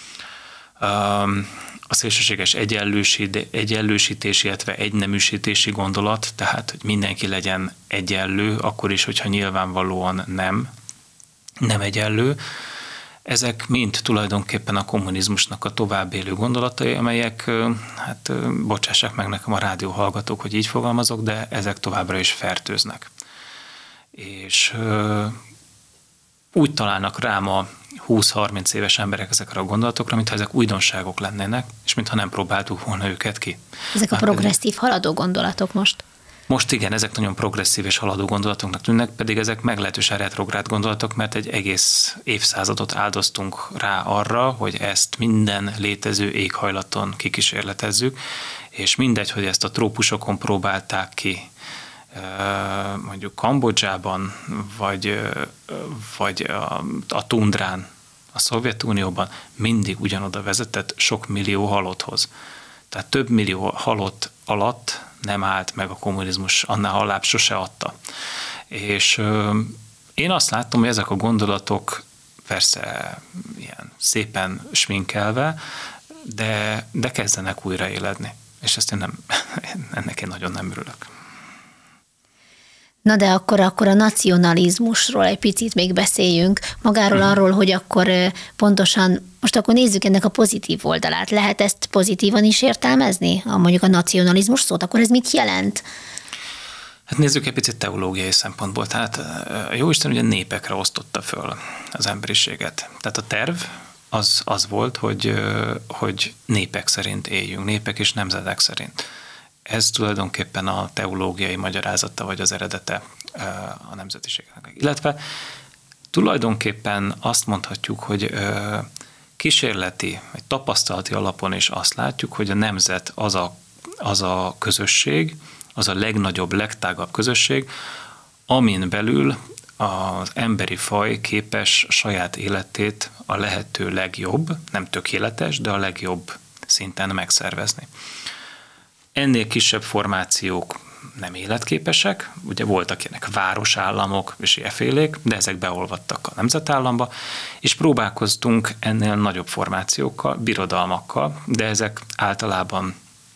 C: a szélsőséges egyenlősítés, illetve egyneműsítési gondolat, tehát hogy mindenki legyen egyenlő, akkor is, hogyha nyilvánvalóan nem egyenlő. Ezek mind tulajdonképpen a kommunizmusnak a továbbélő gondolatai, amelyek, hát bocsássák meg nekem a rádióhallgatók, hogy így fogalmazok, de ezek továbbra is fertőznek. És úgy találnak rám a 20-30 éves emberek ezekre a gondolatokra, mintha ezek újdonságok lennének, és mintha nem próbáltuk volna őket ki.
B: Ezek a progresszív haladó gondolatok most?
C: Most igen, ezek nagyon progresszív és haladó gondolatoknak tűnnek, pedig ezek meglehetősen retrográd gondolatok, mert egy egész évszázadot áldoztunk rá arra, hogy ezt minden létező éghajlaton kikísérletezzük, és mindegy, hogy ezt a trópusokon próbálták ki, mondjuk Kambodzsában, vagy a tundrán, a Szovjetunióban, mindig ugyanoda vezetett sok millió halotthoz. Tehát több millió halott alatt nem állt meg a kommunizmus, annál hallább sose adta. És én azt látom, hogy ezek a gondolatok persze ilyen szépen sminkelve, de kezdenek újraéledni. És ezt ennek én nagyon nem örülök.
B: Na de akkor a nacionalizmusról egy picit még beszéljünk, magáról arról, hogy akkor pontosan, most akkor nézzük ennek a pozitív oldalát. Lehet ezt pozitívan is értelmezni? Mondjuk a nacionalizmus szót, akkor ez mit jelent?
C: Hát nézzük egy picit teológiai szempontból. Tehát Jóisten ugye népekre osztotta föl az emberiséget. Tehát a terv az volt, hogy népek szerint éljünk, népek és nemzetek szerint. Ez tulajdonképpen a teológiai magyarázata, vagy az eredete a nemzetiségnek. Illetve tulajdonképpen azt mondhatjuk, hogy kísérleti, vagy tapasztalati alapon is azt látjuk, hogy a nemzet az a közösség, az a legnagyobb, legtágabb közösség, amin belül az emberi faj képes saját életét a lehető legjobb, nem tökéletes, de a legjobb szinten megszervezni. Ennél kisebb formációk nem életképesek, ugye voltak ilyenek városállamok és ilyenfélék, de ezek beolvadtak a nemzetállamba, és próbálkoztunk ennél nagyobb formációkkal, birodalmakkal, de ezek általában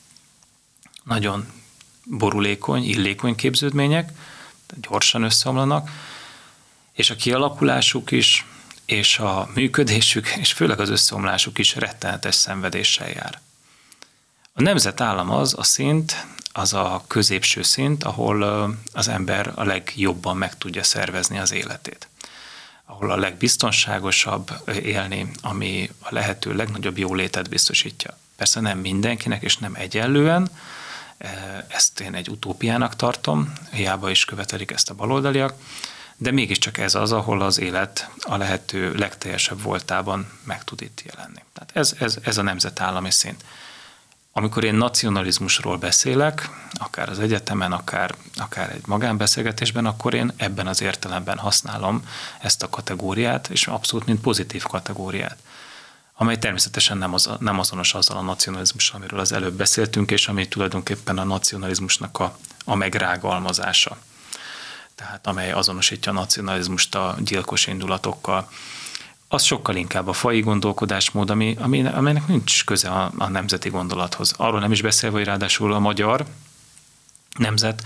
C: nagyon borulékony, illékony képződmények, gyorsan összeomlanak, és a kialakulásuk is, és a működésük, és főleg az összeomlásuk is rettenetes szenvedéssel jár. A nemzetállam az a szint, az a középső szint, ahol az ember a legjobban meg tudja szervezni az életét. Ahol a legbiztonságosabb élni, ami a lehető legnagyobb jólétet biztosítja. Persze nem mindenkinek, és nem egyenlően, ezt én egy utópiának tartom, hiába is követelik ezt a baloldaliak, de mégiscsak ez az, ahol az élet a lehető legteljesebb voltában meg tud itt jelenni. Tehát ez a nemzetállami szint. Amikor én nacionalizmusról beszélek, akár az egyetemen, akár egy magánbeszélgetésben, akkor én ebben az értelemben használom ezt a kategóriát, és abszolút mint pozitív kategóriát, amely természetesen nem azonos azzal a nacionalizmussal, amiről az előbb beszéltünk, és ami tulajdonképpen a nacionalizmusnak a megrágalmazása. Tehát amely azonosítja a nacionalizmust a gyilkos indulatokkal. Az sokkal inkább a faji gondolkodásmód, amelynek nincs köze a nemzeti gondolathoz. Arról nem is beszélve, hogy ráadásul a magyar nemzet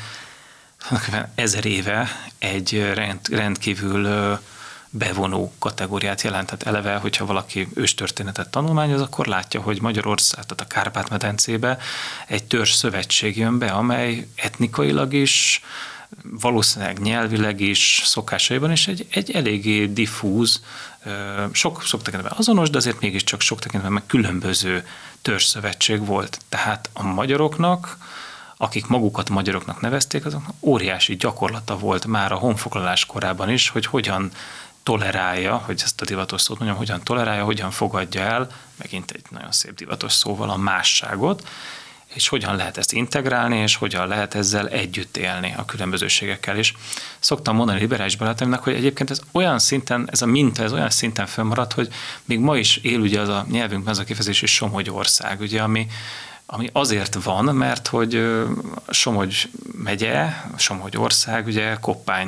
C: 1000 éve egy rendkívül bevonó kategóriát jelent. Tehát eleve, hogyha valaki őstörténetet tanulmányoz, akkor látja, hogy Magyarország, tehát a Kárpát-medencébe egy törzsszövetség jön be, amely etnikailag is, valószínűleg nyelvileg is, szokásaiban is egy eléggé diffúz, sok tekintetben azonos, de azért mégiscsak sok tekintetben meg különböző törzsszövetség volt. Tehát a magyaroknak, akik magukat magyaroknak nevezték, azoknak óriási gyakorlata volt már a honfoglalás korában is, hogy hogyan tolerálja, hogy ezt a divatos szót mondjam, hogyan tolerálja, hogyan fogadja el, megint egy nagyon szép divatos szóval, a másságot, és hogyan lehet ezt integrálni, és hogyan lehet ezzel együtt élni a különbözőségekkel is. Szoktam mondani liberális barátaimnak, hogy egyébként ez olyan szinten, ez a minta, ez olyan szinten fönnmaradt, hogy még ma is él ugye az a nyelvünkben az a kifejezés, hogy Somogy ország, ugye, ami azért van, mert hogy Somogy megye, Somogy ország, ugye Koppány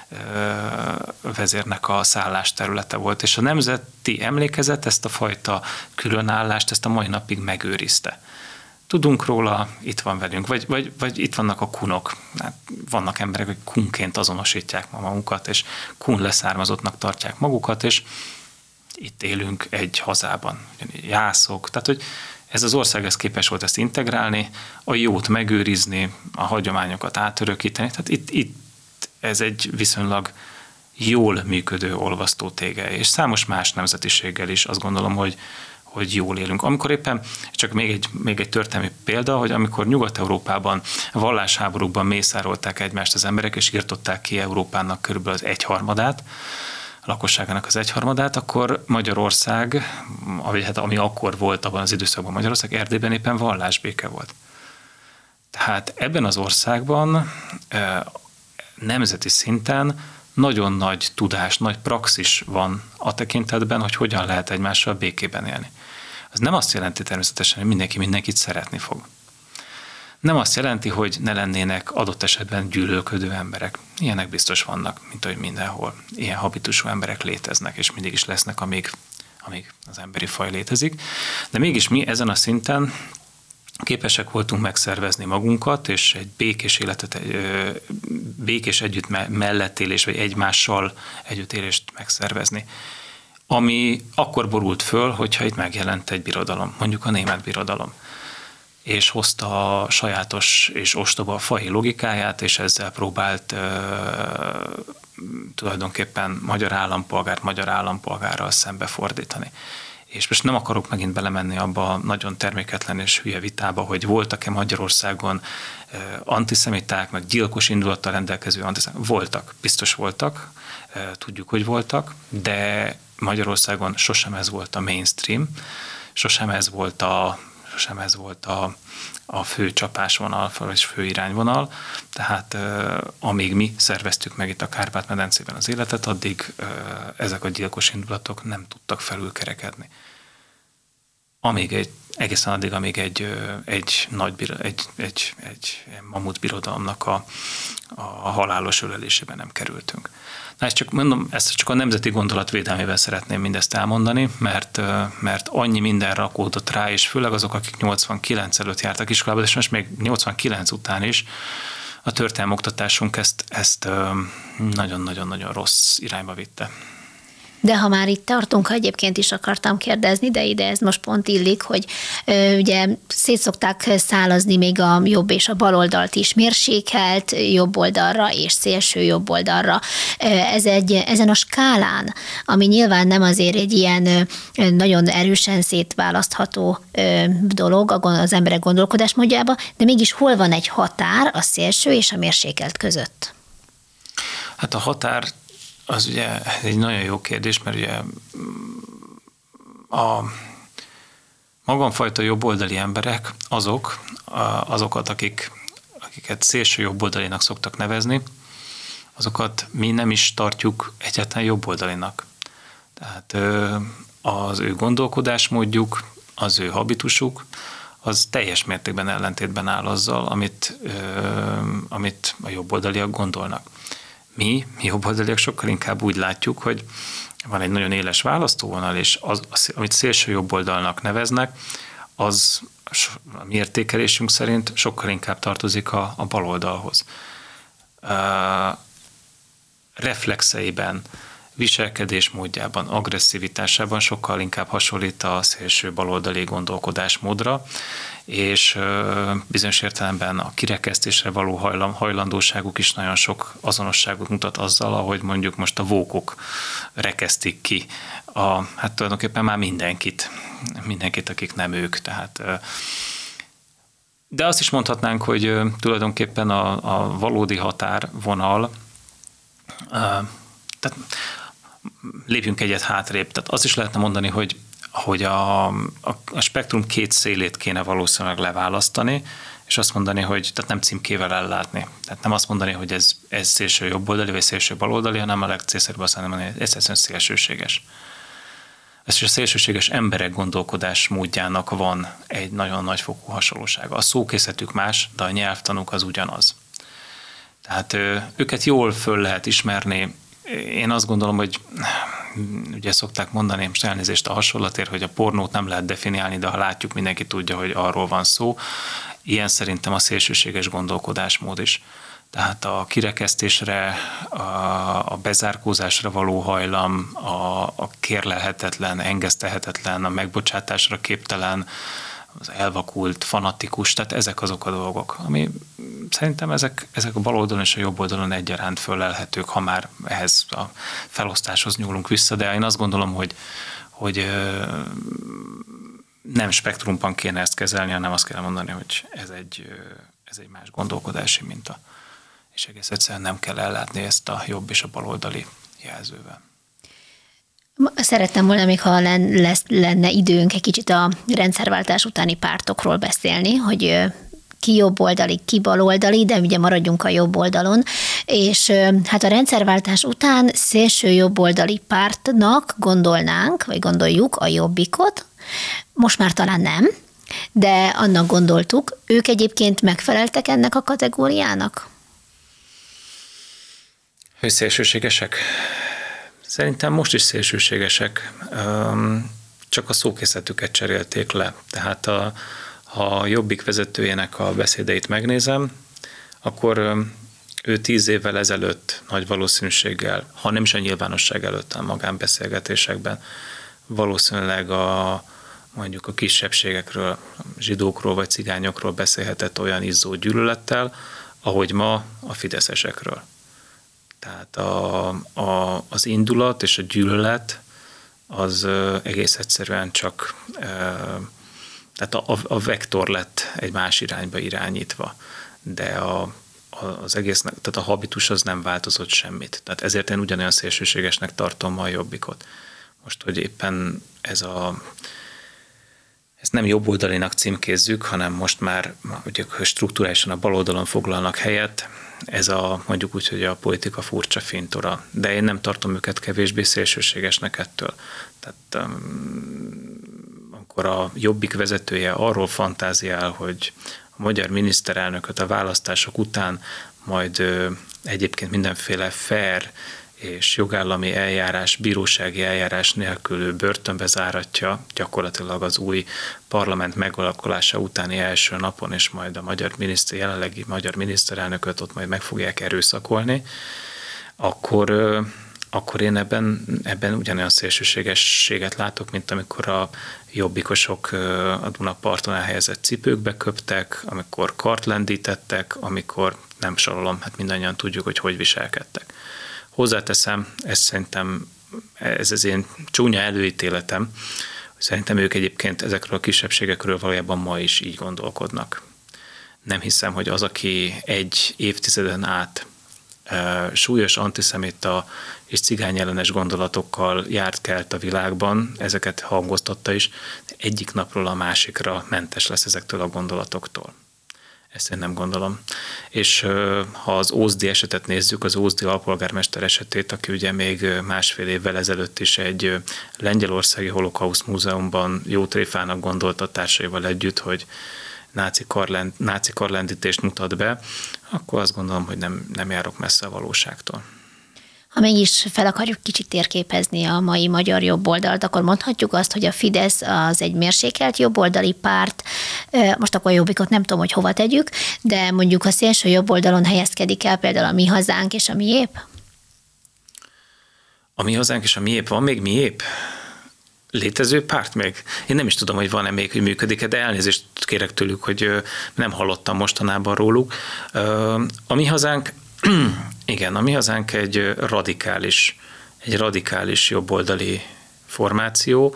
C: vezérnek a szállásterülete volt, és a nemzeti emlékezet ezt a fajta különállást, ezt a mai napig megőrizte. Tudunk róla, itt van velünk, vagy itt vannak a kunok. Hát vannak emberek, akik kunként azonosítják magukat, és kun leszármazottnak tartják magukat, és itt élünk egy hazában. Jászok, tehát hogy ez az ország ez képes volt ezt integrálni, a jót megőrizni, a hagyományokat átörökíteni. Tehát itt ez egy viszonylag jól működő olvasztó tége, és számos más nemzetiséggel is azt gondolom, hogy jól élünk. Amikor éppen, csak még egy történelmi példa, hogy amikor Nyugat-Európában vallásháborúkban mészárolták egymást az emberek, és írtották ki Európának körülbelül az egyharmadát, a lakosságának az egyharmadát, akkor Magyarország, ami akkor volt abban az időszakban Magyarország, Erdélyben éppen vallásbéke volt. Tehát ebben az országban nemzeti szinten nagyon nagy tudás, nagy praxis van a tekintetben, hogy hogyan lehet egymással békében élni. Az nem azt jelenti természetesen, hogy mindenki mindenkit szeretni fog. Nem azt jelenti, hogy ne lennének adott esetben gyűlölködő emberek. Ilyenek biztos vannak, mint ahogy mindenhol. Ilyen habitusú emberek léteznek, és mindig is lesznek, amíg az emberi faj létezik. De mégis mi ezen a szinten képesek voltunk megszervezni magunkat, és egy békés életet, békés együtt mellettélés, vagy egymással együttélést megszervezni. Ami akkor borult föl, hogyha itt megjelent egy birodalom, mondjuk a német birodalom. és hozta a sajátos és ostoba faji logikáját, és ezzel próbált tulajdonképpen magyar állampolgárt magyar állampolgárral szembefordítani. És most nem akarok megint belemenni abba a nagyon terméketlen és hülye vitába, hogy voltak-e Magyarországon antiszemiták, meg gyilkos indulattal rendelkező antiszemiták. Voltak, biztos voltak, tudjuk, hogy voltak, de Magyarországon sosem ez volt a mainstream, sosem ez volt a fő csapásvonal, vagy fő irányvonal. Tehát amíg mi szerveztük meg itt a Kárpát-medencében az életet, addig ezek a gyilkos indulatok nem tudtak felülkerekedni. Egészen addig, amíg egy mamut birodalomnak a halálos ölelésében nem kerültünk. Na, ezt csak a nemzeti gondolat védelmével szeretném mindezt elmondani, mert annyi minden rakódott rá, és főleg azok, akik 89 előtt jártak iskolába, és most még 89 után is a történelmi oktatásunk ezt nagyon-nagyon-nagyon rossz irányba vitte.
B: De ha már itt tartunk, ha egyébként is akartam kérdezni, de ide ez most pont illik, hogy ugye szét szokták szálazni még a jobb és a bal oldalt is, mérsékelt jobb oldalra és szélső jobb oldalra. Ezen a skálán, ami nyilván nem azért egy ilyen nagyon erősen szétválasztható dolog az emberek gondolkodásmódjába, de mégis hol van egy határ a szélső és a mérsékelt között?
C: Hát a határ az ugye egy nagyon jó kérdés, mert ugye a magamfajta jobboldali emberek azokat, akiket szélső jobboldalinak szoktak nevezni, azokat mi nem is tartjuk egyáltalán jobboldalinak. Tehát az ő gondolkodásmódjuk, az ő habitusuk, az teljes mértékben ellentétben áll azzal, amit a jobboldaliak gondolnak. Mi jobboldaliak sokkal inkább úgy látjuk, hogy van egy nagyon éles választóvonal, és amit szélső jobboldalnak neveznek, az a mi értékelésünk szerint sokkal inkább tartozik a baloldalhoz. Reflexeiben, viselkedésmódjában, agresszivitásában sokkal inkább hasonlít a szélső baloldali gondolkodásmódra, és bizonyos értelemben a kirekesztésre való hajlandóságuk is nagyon sok azonosságot mutat azzal, ahogy mondjuk most a woke-ok rekesztik ki hát tulajdonképpen már mindenkit, akik nem ők. Tehát, de azt is mondhatnánk, hogy tulajdonképpen a valódi határvonal, tehát lépjünk egyet hátrébb. Tehát azt is lehetne mondani, hogy a spektrum két szélét kéne valószínűleg leválasztani, és azt mondani, hogy tehát nem címkével ellátni. Tehát nem azt mondani, hogy ez szélső jobboldali, vagy szélső baloldali, hanem a legcélszerűbb azt mondani, hogy ez egyszerűen szélsőséges. Ez is a szélsőséges emberek gondolkodásmódjának van egy nagyon nagyfokú hasonlósága. A szókészletük más, de a nyelvtanuk az ugyanaz. Tehát őket jól föl lehet ismerni. Én azt gondolom, hogy ugye szokták mondani, most elnézést a hasonlatért, hogy a pornót nem lehet definiálni, de ha látjuk, mindenki tudja, hogy arról van szó. Ilyen szerintem a szélsőséges gondolkodásmód is. Tehát a kirekesztésre, a bezárkózásra való hajlam, a kérlelhetetlen, engesztelhetetlen, a megbocsátásra képtelen, az elvakult, fanatikus, tehát ezek azok a dolgok, ami szerintem ezek a bal oldalon és a jobb oldalon egyaránt fölelhetők, ha már ehhez a felosztáshoz nyúlunk vissza, de én azt gondolom, hogy nem spektrumban kéne ezt kezelni, hanem azt kell mondani, hogy ez egy más gondolkodási minta, és egész egyszerűen nem kell ellátni ezt a jobb és a bal oldali jelzővel.
B: Szerettem volna még, ha lenne időnk egy kicsit a rendszerváltás utáni pártokról beszélni, hogy ki jobboldali, ki baloldali, de ugye maradjunk a jobb oldalon, és hát a rendszerváltás után szélső jobboldali pártnak gondolnánk, vagy gondoljuk a Jobbikot, most már talán nem, de annak gondoltuk, ők egyébként megfeleltek ennek a kategóriának?
C: Hogy szélsőségesek? Szerintem most is szélsőségesek, csak a szókészletüket cserélték le. Tehát ha a Jobbik vezetőjének a beszédeit megnézem, akkor ő 10 évvel ezelőtt nagy valószínűséggel, ha nem is a nyilvánosság előtt, a magánbeszélgetésekben, valószínűleg a mondjuk a kisebbségekről, zsidókról vagy cigányokról beszélhetett olyan izzó gyűlölettel, ahogy ma a fideszesekről. Tehát az indulat és a gyűlölet az egész egyszerűen csak, tehát a vektor lett egy más irányba irányítva, de az egésznek, tehát a habitus az nem változott semmit. Tehát ezért én ugyanolyan szélsőségesnek tartom a Jobbikot. Most, hogy éppen ezt nem jobboldalinak címkézzük, hanem most már ugye strukturálisan a baloldalon foglalnak helyet, ez mondjuk úgy, hogy a politika furcsa fintora. De én nem tartom őket kevésbé szélsőségesnek ettől. Tehát amikor a Jobbik vezetője arról fantáziál, hogy a magyar miniszterelnököt a választások után majd egyébként mindenféle fair és jogállami eljárás, bírósági eljárás nélkül börtönbe záratja gyakorlatilag az új parlament megalakulása utáni első napon, és majd a jelenlegi magyar miniszterelnököt ott majd meg fogják erőszakolni, akkor én ebben ugyanolyan szélsőségességet látok, mint amikor a jobbikosok a Dunaparton elhelyezett cipőkbe köptek, amikor kart lendítettek, amikor nem sorolom, hát mindannyian tudjuk, hogy viselkedtek. Hozzáteszem, ez az én csúnya előítéletem, hogy szerintem ők egyébként ezekről a kisebbségekről valójában ma is így gondolkodnak. Nem hiszem, hogy az, aki egy évtizeden át súlyos antiszemita és cigányellenes gondolatokkal kelt a világban, ezeket hangoztatta is, egyik napról a másikra mentes lesz ezektől a gondolatoktól. Ezt én nem gondolom. És ha az Ózdi esetet nézzük, az Ózdi alpolgármester esetét, aki ugye még másfél évvel ezelőtt is egy lengyelországi holokauszt múzeumban jó tréfának gondolta társaival együtt, hogy náci karlendítést mutat be, akkor azt gondolom, hogy nem járok messze a valóságtól.
B: Ha mégis fel akarjuk kicsit térképezni a mai magyar jobboldalt, akkor mondhatjuk azt, hogy a Fidesz az egy mérsékelt jobboldali párt. Most akkor a Jobbikot nem tudom, hogy hova tegyük, de mondjuk a szélső jobboldalon helyezkedik el például a Mi Hazánk és a Miép?
C: A Mi Hazánk és a Miép, van még Miép? Létező párt még? Én nem is tudom, hogy van-e még, hogy működik-e, de elnézést kérek tőlük, hogy nem hallottam mostanában róluk. A Mi Hazánk, igen, a Mi Hazánk egy radikális jobboldali formáció.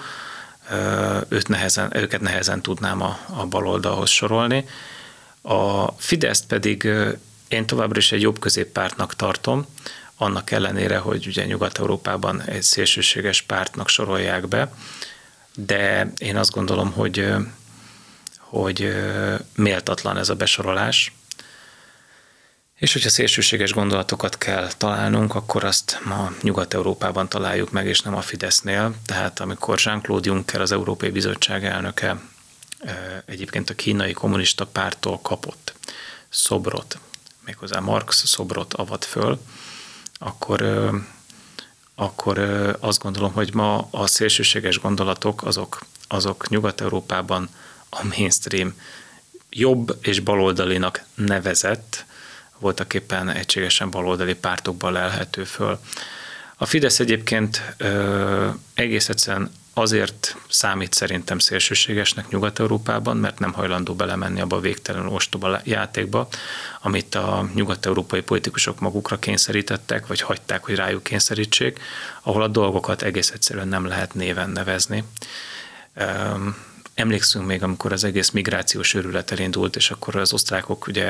C: Őket nehezen tudnám a baloldalhoz sorolni. A Fideszt pedig én továbbra is egy jobb középpártnak tartom, annak ellenére, hogy ugye Nyugat-Európában egy szélsőséges pártnak sorolják be, de én azt gondolom, hogy méltatlan ez a besorolás, és hogyha szélsőséges gondolatokat kell találnunk, akkor azt ma Nyugat-Európában találjuk meg, és nem a Fidesznél. Tehát amikor Jean-Claude Juncker, az Európai Bizottság elnöke egyébként a kínai kommunista párttól kapott szobrot, méghozzá Marx szobrot avat föl, akkor azt gondolom, hogy ma a szélsőséges gondolatok azok Nyugat-Európában a mainstream jobb és baloldalinak nevezett, voltak éppen egységesen baloldali pártokban lelhető föl. A Fidesz egyébként egész egyszerűen azért számít szerintem szélsőségesnek Nyugat-Európában, mert nem hajlandó belemenni abba a végtelen ostoba játékba, amit a nyugat-európai politikusok magukra kényszerítettek, vagy hagyták, hogy rájuk kényszerítsék, ahol a dolgokat egész egyszerűen nem lehet néven nevezni. Emlékszünk még, amikor az egész migrációs őrület elindult, és akkor az osztrákok ugye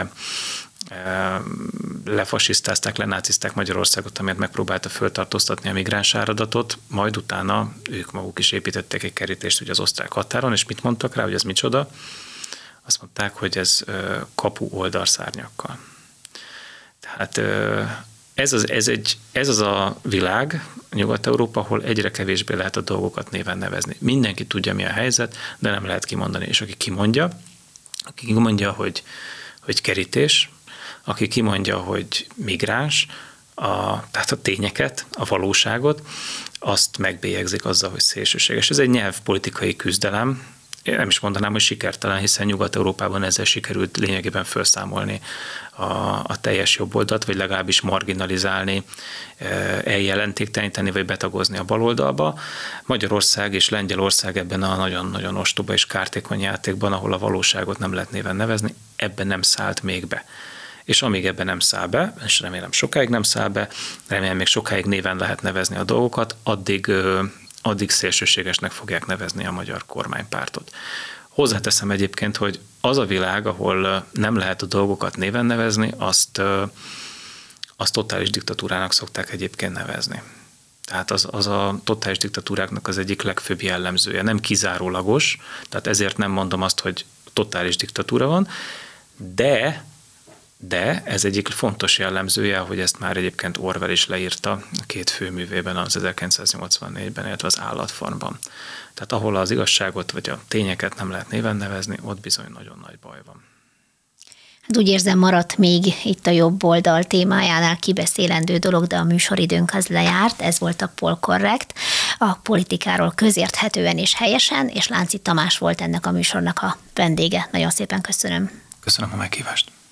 C: lefasisztázták, lenácizták Magyarországot, amiért megpróbálta föltartóztatni a migráns áradatot, majd utána ők maguk is építettek egy kerítést ugye az osztrák határon, és mit mondtak rá, hogy ez micsoda? Azt mondták, hogy ez kapu oldalszárnyakkal. Tehát ez az a világ, Nyugat-Európa, ahol egyre kevésbé lehet a dolgokat néven nevezni. Mindenki tudja, mi a helyzet, de nem lehet kimondani. És aki kimondja, hogy kerítés, aki kimondja, hogy migráns, tehát a tényeket, a valóságot, azt megbélyegzik azzal, hogy szélsőséges. Ez egy nyelvpolitikai küzdelem, nem is mondanám, hogy sikertelen, hiszen Nyugat-Európában ezzel sikerült lényegében felszámolni a teljes jobboldalt, vagy legalábbis marginalizálni, eljelentékteleníteni, vagy betagozni a baloldalba. Magyarország és Lengyelország ebben a nagyon-nagyon ostoba és kártékony játékban, ahol a valóságot nem lehet néven nevezni, ebben nem szállt még be. És amíg ebben nem száll be, és remélem sokáig nem száll be, remélem még sokáig néven lehet nevezni a dolgokat, addig szélsőségesnek fogják nevezni a magyar kormánypártot. Hozzáteszem egyébként, hogy az a világ, ahol nem lehet a dolgokat néven nevezni, azt totális diktatúrának szokták egyébként nevezni. Tehát az a totális diktatúráknak az egyik legfőbb jellemzője. Nem kizárólagos, tehát ezért nem mondom azt, hogy totális diktatúra van, de ez egyik fontos jellemzője, hogy ezt már egyébként Orwell is leírta a 2 főművében, az 1984-ben, illetve az Állatfarmban. Tehát ahol az igazságot vagy a tényeket nem lehet néven nevezni, ott bizony nagyon nagy baj van.
B: Hát úgy érzem, maradt még itt a jobb oldal témájánál kibeszélendő dolog, de a műsoridőnk az lejárt. Ez volt a Polkorrekt. A politikáról közérthetően és helyesen, és Lánchit Tamás volt ennek a műsornak a vendége. Nagyon szépen köszönöm.
C: Köszönöm a meghívást.